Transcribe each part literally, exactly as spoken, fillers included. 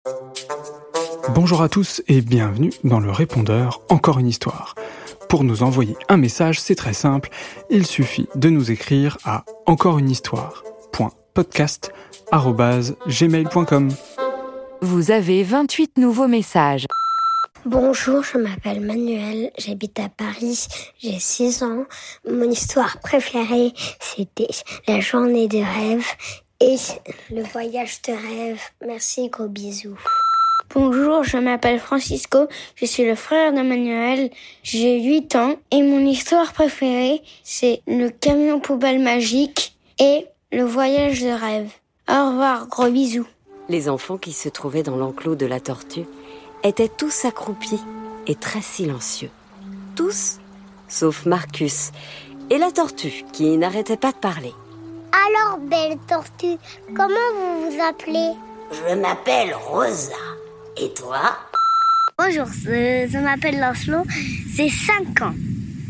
Bonjour à tous et bienvenue dans le répondeur Encore une histoire. Pour nous envoyer un message, c'est très simple, il suffit de nous écrire à encoreunehistoire point podcast arobase gmail point com. Vous avez vingt-huit nouveaux messages. Bonjour, je m'appelle Manuel, j'habite à Paris, j'ai six ans. Mon histoire préférée, c'était la journée de rêve et le voyage de rêve. Merci, gros bisous. Bonjour, je m'appelle Francisco, je suis le frère de Manuel, j'ai huit ans et mon histoire préférée, c'est le camion poubelle magique et le voyage de rêve. Au revoir, gros bisous. Les enfants qui se trouvaient dans l'enclos de la tortue étaient tous accroupis et très silencieux. Tous, sauf Marcus et la tortue qui n'arrêtait pas de parler. Alors, belle tortue, comment vous vous appelez ? Je m'appelle Rosa. Et toi ? Bonjour, je, je m'appelle Lancelot, j'ai cinq ans.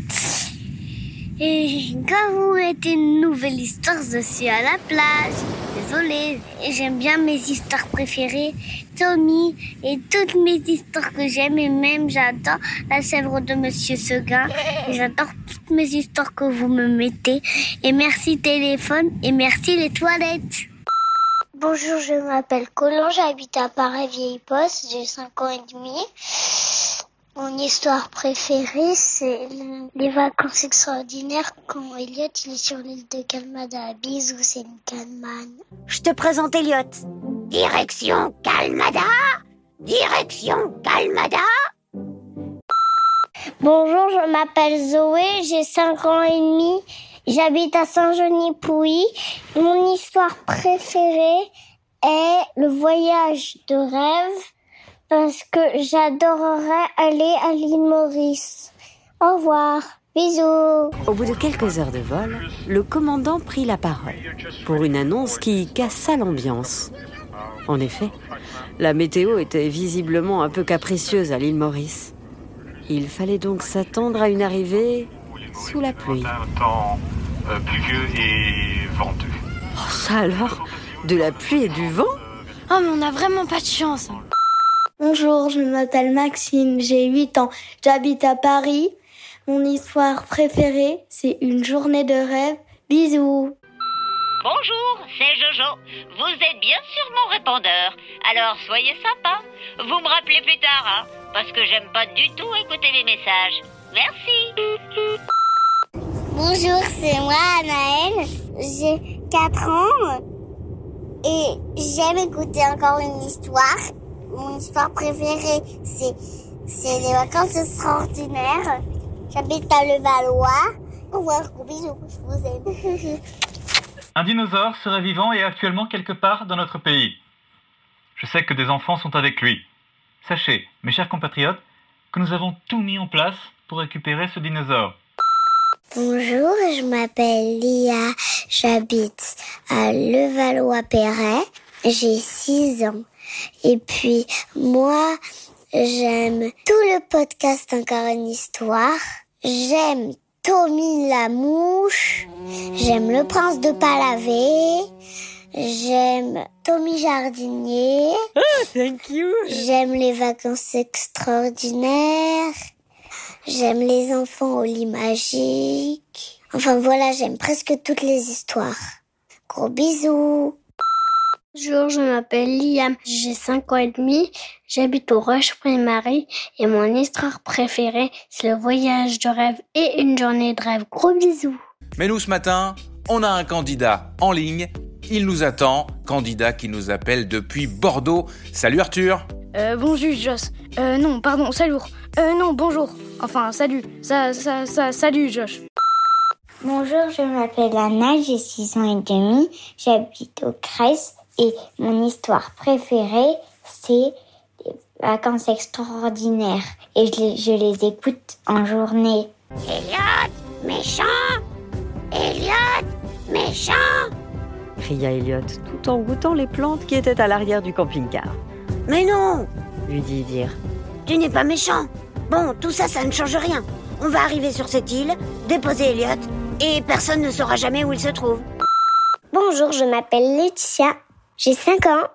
Et quand vous mettez une nouvelle histoire, je suis à la plage. Désolée, et j'aime bien mes histoires préférées, Tommy et toutes mes histoires que j'aime. Et même j'adore la chèvre de Monsieur Seguin. Et j'adore toutes mes histoires que vous me mettez. Et merci téléphone et merci les toilettes. Bonjour, je m'appelle Colin, j'habite à Paris Vieille Poste, j'ai cinq ans et demi. Mon histoire préférée, c'est les vacances extraordinaires quand Elliot il est sur l'île de Calmada. Bisous, c'est une Calmane. Je te présente Elliot. Direction Calmada. Direction Calmada. Bonjour, je m'appelle Zoé, j'ai cinq ans et demi. J'habite à Saint-Genis-Pouilly. Mon histoire préférée est le voyage de rêve parce que j'adorerais aller à l'île Maurice. Au revoir. Bisous. Au bout de quelques heures de vol, le commandant prit la parole pour une annonce qui cassa l'ambiance. En effet, la météo était visiblement un peu capricieuse à l'île Maurice. Il fallait donc s'attendre à une arrivée sous la pluie. Un temps euh, pluvieux et venteux. Oh, ça alors ? De la pluie et du vent ? Oh, mais on n'a vraiment pas de chance. Bonjour, je m'appelle Maxime, j'ai huit ans, j'habite à Paris. Mon histoire préférée, c'est une journée de rêve. Bisous. Bonjour, c'est Jojo. Vous êtes bien sur mon répondeur. Alors soyez sympa. Vous me rappelez plus tard, hein, parce que j'aime pas du tout écouter les messages. Merci. Bonjour, c'est moi, Anaëlle. J'ai quatre ans et j'aime écouter encore une histoire. Mon histoire préférée, c'est, c'est les vacances extraordinaires. J'habite à Levallois. Au revoir, gros bisous, je vous aime. Un dinosaure serait vivant et actuellement quelque part dans notre pays. Je sais que des enfants sont avec lui. Sachez, mes chers compatriotes, que nous avons tout mis en place pour récupérer ce dinosaure. Bonjour, je m'appelle Lia, j'habite à Levallois-Perret, j'ai six ans. Et puis, moi, j'aime tout le podcast Encore une histoire, j'aime Tommy la mouche, j'aime le prince de Palavé, j'aime Tommy Jardinier, oh, thank you. J'aime les vacances extraordinaires, j'aime les enfants au lit magique. Enfin voilà, j'aime presque toutes les histoires. Gros bisous. Bonjour, je m'appelle Liam, j'ai cinq ans et demi, j'habite au Roche-Prix-Marie et mon histoire préférée, c'est le voyage de rêve et une journée de rêve. Gros bisous. Mais nous, ce matin, on a un candidat en ligne. Il nous attend, candidat qui nous appelle depuis Bordeaux. Salut Arthur. Euh, bonjour Joss. Euh, non, pardon, salut. Euh, non, bonjour. Enfin, salut. Ça, ça, ça, salut Josh. Bonjour, je m'appelle Anna, j'ai six ans et demi, j'habite au Crest. Et mon histoire préférée, c'est les vacances extraordinaires. Et je les, je les écoute en journée. Elliot, méchant! Elliot, méchant! Cria Elliot, tout en goûtant les plantes qui étaient à l'arrière du camping-car. Mais non! Lui dit Dire. Tu n'es pas méchant. Bon, tout ça, ça ne change rien. On va arriver sur cette île, déposer Elliot, et personne ne saura jamais où il se trouve. Bonjour, je m'appelle Laetitia. J'ai cinq ans.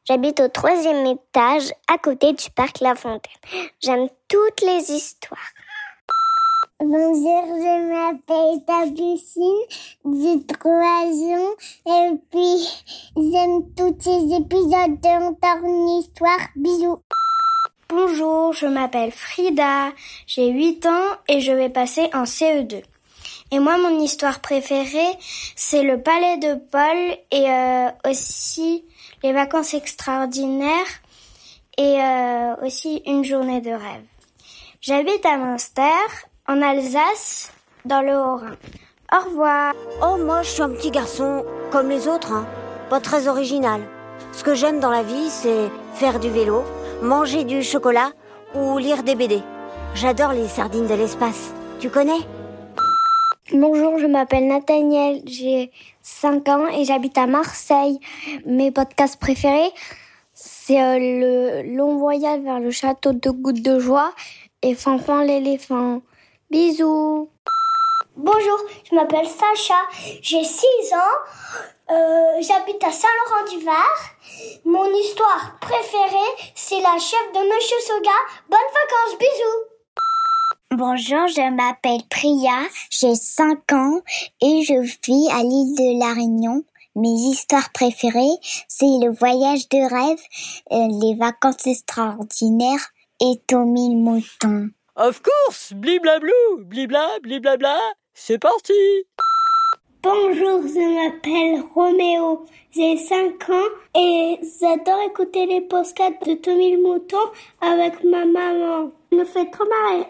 J'habite au troisième étage, à côté du parc La Fontaine. J'aime toutes les histoires. Bonjour, je m'appelle Capucine, j'ai trois ans, et puis j'aime tous ces épisodes de Encore une histoire. Bisous. Bonjour, je m'appelle Frida, j'ai huit ans et je vais passer en C E deux. Et moi, mon histoire préférée, c'est le palais de Paul et euh, aussi les vacances extraordinaires et euh, aussi une journée de rêve. J'habite à Münster, en Alsace, dans le Haut-Rhin. Au revoir. Oh, moi, je suis un petit garçon, comme les autres, hein. Pas très original. Ce que j'aime dans la vie, c'est faire du vélo, manger du chocolat ou lire des B D. J'adore les sardines de l'espace. Tu connais ? Bonjour, je m'appelle Nathaniel, j'ai cinq ans et j'habite à Marseille. Mes podcasts préférés, c'est euh, le long voyage vers le château de Gouttes de Joie et Fanfan l'éléphant. Bisous. Bonjour, je m'appelle Sacha, j'ai six ans, euh, j'habite à Saint-Laurent-du-Var. Mon histoire préférée, c'est la chef de Monsieur Soga. Bonnes vacances, bisous. Bonjour, je m'appelle Priya, j'ai cinq ans et je vis à l'île de La Réunion. Mes histoires préférées, c'est le voyage de rêve, euh, les vacances extraordinaires et Tommy le mouton. Of course, bliblablou, blibla, bliblabla, c'est parti. Bonjour, je m'appelle Roméo, j'ai cinq ans et j'adore écouter les podcasts de Tommy le mouton avec ma maman. Ça me fait trop marrer.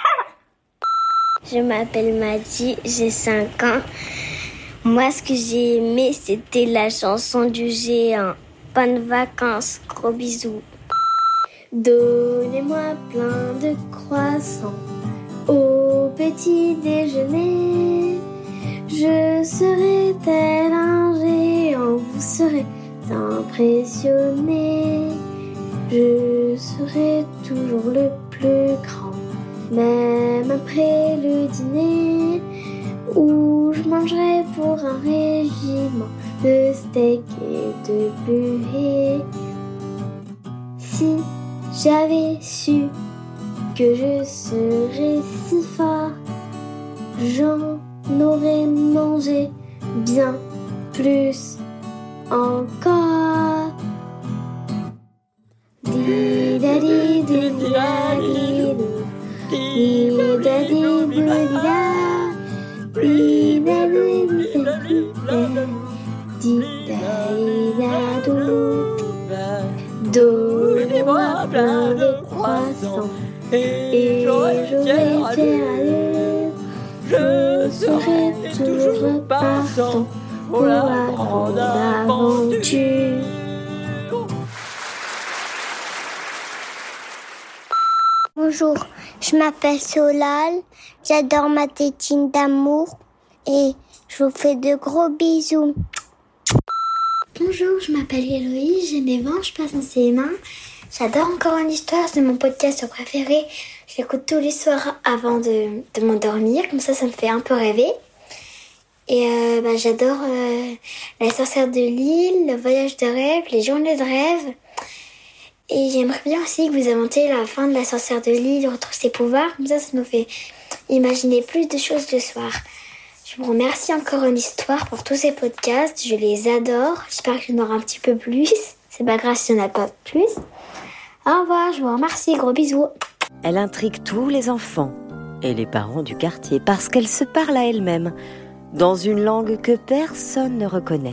Je m'appelle Maddy, j'ai cinq ans. Moi, ce que j'ai aimé, c'était la chanson du géant. Bonnes vacances, gros bisous. Donnez-moi plein de croissants au petit déjeuner. Je serai tel un géant, vous serez impressionnés. Je serai toujours le plus grand, même après le dîner, où je mangerai pour un régiment de steak et de buée. Si j'avais su que je serais si fort, j'en aurais mangé bien plus encore. Di-da-di, di-da-di, di-da-di, di-da, di-da-di, di-da-di-da-dou. Donnez-moi plein de croissants et j'aurai fier allure. Je serai toujours partant pour la grande aventure. Bonjour, je m'appelle Solal, j'adore ma tétine d'amour et je vous fais de gros bisous. Bonjour, je m'appelle Héloïse, j'ai neuf ans, je passe en C M un. J'adore Encore une histoire, c'est mon podcast préféré. Je l'écoute tous les soirs avant de, de m'endormir, comme ça, ça me fait un peu rêver. Et euh, bah, j'adore euh, La sorcière de l'île, Le voyage de rêve, Les journées de rêve. Et j'aimerais bien aussi que vous inventiez la fin de La sorcière de l'île, retrouve ses pouvoirs, comme ça, ça nous fait imaginer plus de choses le soir. Je vous remercie Encore une histoire pour tous ces podcasts, je les adore. J'espère qu'il y en aura un petit peu plus. C'est pas grave s'il n'y en a pas plus. Au revoir, je vous remercie, gros bisous. Elle intrigue tous les enfants et les parents du quartier parce qu'elle se parle à elle-même dans une langue que personne ne reconnaît.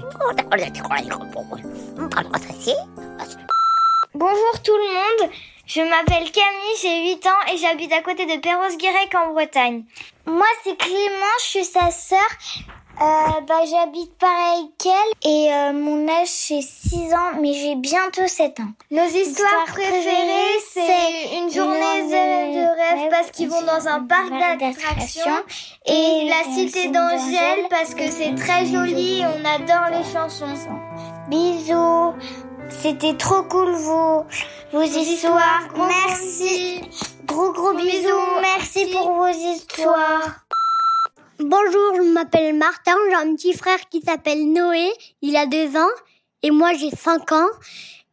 Bonjour tout le monde, je m'appelle Camille, j'ai huit ans et j'habite à côté de Perros-Guirec en Bretagne. Moi c'est Clément, je suis sa sœur, euh, bah, j'habite pareil qu'elle et euh, mon âge c'est six ans mais j'ai bientôt sept ans. Nos histoires, histoires préférées c'est une journée de, de rêve parce qu'ils vont dans un parc d'attractions et la cité d'Angèle parce que c'est très joli et on adore les chansons. Bisous. C'était trop cool vos, vos histoires. Merci. Gros gros bisous. Merci pour vos histoires. Bonjour, je m'appelle Martin. J'ai un petit frère qui s'appelle Noé. Il a deux ans. Et moi, j'ai cinq ans.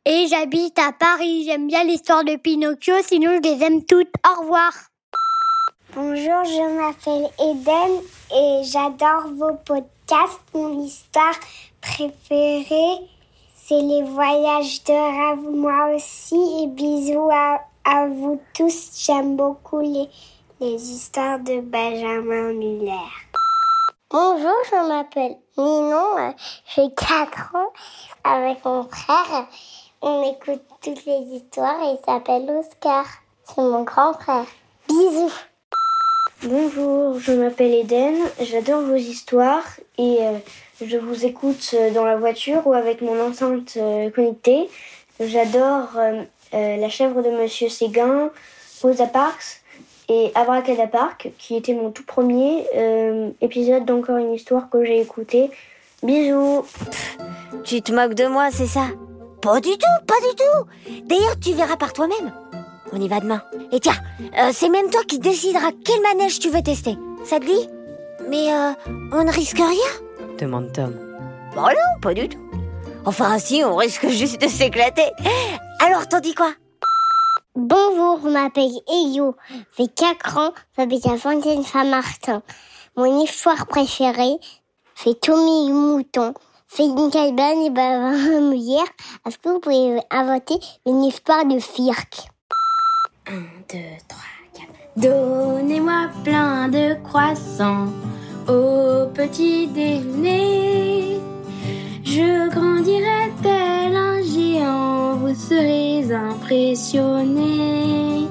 et j'habite à Paris. J'aime bien l'histoire de Pinocchio, sinon je les aime toutes. Au revoir. Bonjour, je m'appelle Eden et j'adore vos podcasts. Mon histoire préférée, c'est les voyages de rêve, moi aussi. Et bisous à, à vous tous. J'aime beaucoup les, les histoires de Benjamin Muller. Bonjour, je m'appelle Ninon, j'ai quatre ans. Avec mon frère, on écoute toutes les histoires et il s'appelle Oscar. C'est mon grand frère. Bisous. Bonjour, je m'appelle Eden, j'adore vos histoires et euh, je vous écoute dans la voiture ou avec mon enceinte euh, connectée. J'adore euh, euh, La chèvre de Monsieur Séguin, Rosa Parks et Abracadapark, qui était mon tout premier euh, épisode d'Encore une histoire que j'ai écouté. Bisous. Tu te moques de moi, c'est ça? Pas du tout, pas du tout. D'ailleurs, tu verras par toi-même. On y va demain. Et tiens, euh, c'est même toi qui décideras quel manège tu veux tester. Ça te dit? Mais euh, on ne risque rien? Demande Tom. Bon non, pas du tout. Enfin si, on risque juste de s'éclater. Alors, t'en dis quoi? Bonjour, je m'appelle Elio, j'ai quatre ans, j'habite à Fontaine-Saint-Martin. Mon histoire préférée, c'est Tommy le mouton. C'est une cabane et Benjamin Muller. Est-ce que vous pouvez inventer une histoire de cirque? Un, deux, trois, quatre. Donnez-moi plein de croissants au petit déjeuner. Je grandirai tel un géant, vous serez impressionnés.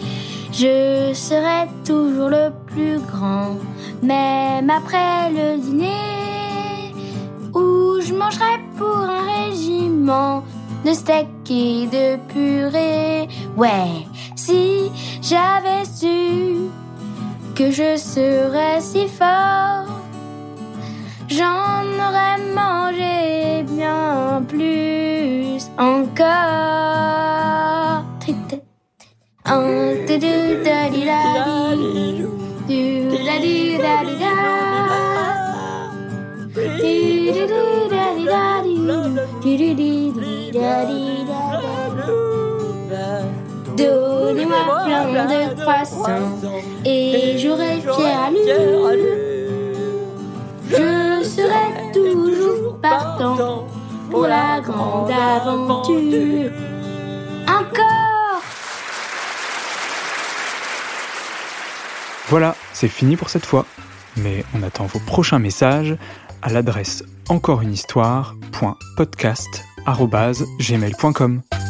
Je serai toujours le plus grand, même après le dîner, où je mangerai pour un régiment de steak et de purée. Ouais, si j'avais su que je serais si fort, j'en aurais mangé bien plus encore. Un du du da di da di du da di da di da du du du da di da di du du du da di da da. Donnez-moi plein de croissants et j'aurai fière allure. Je serai toujours partant pour la grande aventure. Encore. Voilà, c'est fini pour cette fois. Mais on attend vos prochains messages à l'adresse encoreunehistoire point podcast arobase gmail point com.